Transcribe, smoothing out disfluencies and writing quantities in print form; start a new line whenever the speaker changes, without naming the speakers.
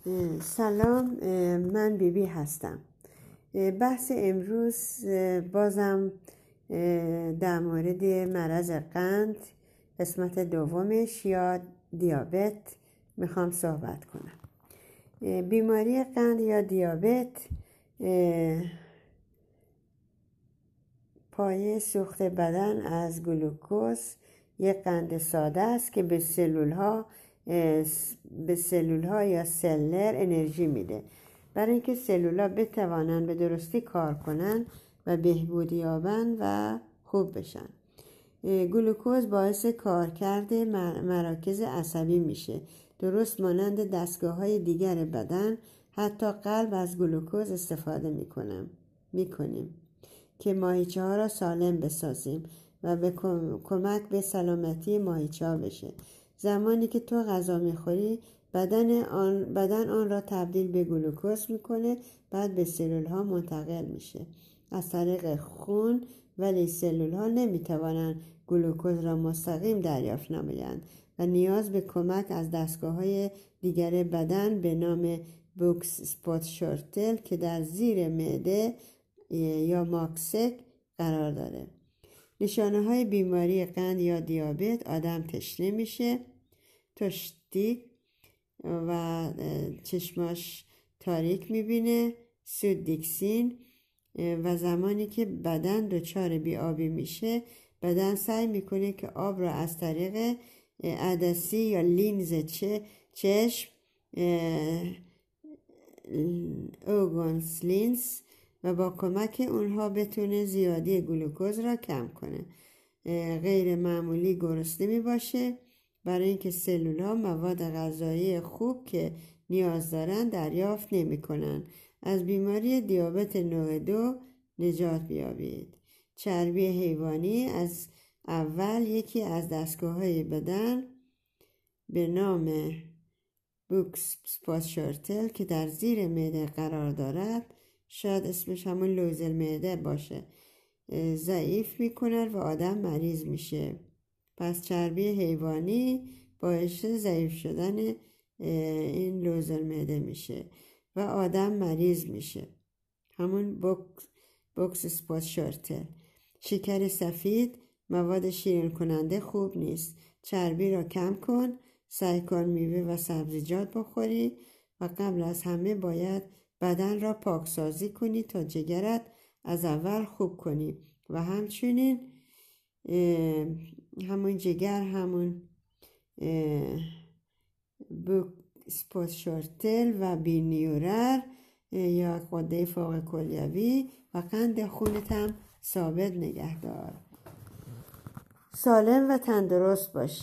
سلام، من بیبی هستم. بحث امروز بازم در مورد مرض قند قسمت دومش یا دیابت میخوام صحبت کنم. بیماری قند یا دیابت پایه سوخت بدن از گلوکوز یک قند ساده است که به سلول‌ها یا سلر انرژی میده برای اینکه سلول‌ها بتوانند به درستی کار کنند و بهبود یابند و خوب بشن. گلوکوز باعث کارکرد مراکز عصبی میشه، درست مانند دستگاه‌های دیگر بدن. حتی قلب از گلوکوز استفاده میکنیم که ماهیچه‌ها را سالم بسازیم و به کمک به سلامتی ماهیچه‌ها بشه. زمانی که تو غذا میخوری بدن آن را تبدیل به گلوکوز میکنه، بعد به سلول‌ها منتقل میشه از طریق خون، ولی سلول‌ها نمیتوانند گلوکوز را مستقیم دریافت نمایند و نیاز به کمک از دستگاه‌های دیگر بدن به نام بوکس اسپات شورتل که در زیر معده یا ماکسک قرار داره. نشانه های بیماری قند یا دیابت: آدم تشنه میشه، تشدید و چشماش تاریک میبینه، سود دیکسین، و زمانی که بدن دچار بی‌آبی میشه بدن سعی میکنه که آب را از طریق عدسی یا لینز چشم اوگونس لینز و با کمک اونها بتونه زیادی گلوکوز را کم کنه. غیر معمولی گرسنه می باشه برای اینکه سلول‌ها مواد غذایی خوب که نیاز دارن دریافت نمی کنن. از بیماری دیابت نوع 2 نجات بیابید. چربی حیوانی: از اول یکی از دستگاه‌های بدن به نام بوکس اسپات شورتل که در زیر معده قرار دارد، شاید اسمش همون لوزر معده باشه، ضعیف میکنه و آدم مریض میشه. پس چربی حیوانی باعث ضعیف شدن این لوزر معده میشه و آدم مریض میشه، همون بوکس اسپات شورتل. شکر سفید، مواد شیرین کننده خوب نیست. چربی را کم کن، سعی کن میوه و سبزیجات بخوری و قبل از همه باید بدن را پاکسازی کنی تا جگرت از اول خوب کنی و همچنین همون جگر، همون اسپات شورتل و بینیورر یا غده فوق کلیوی و قند خونت هم ثابت نگه دار. سالم و تندرست باشی.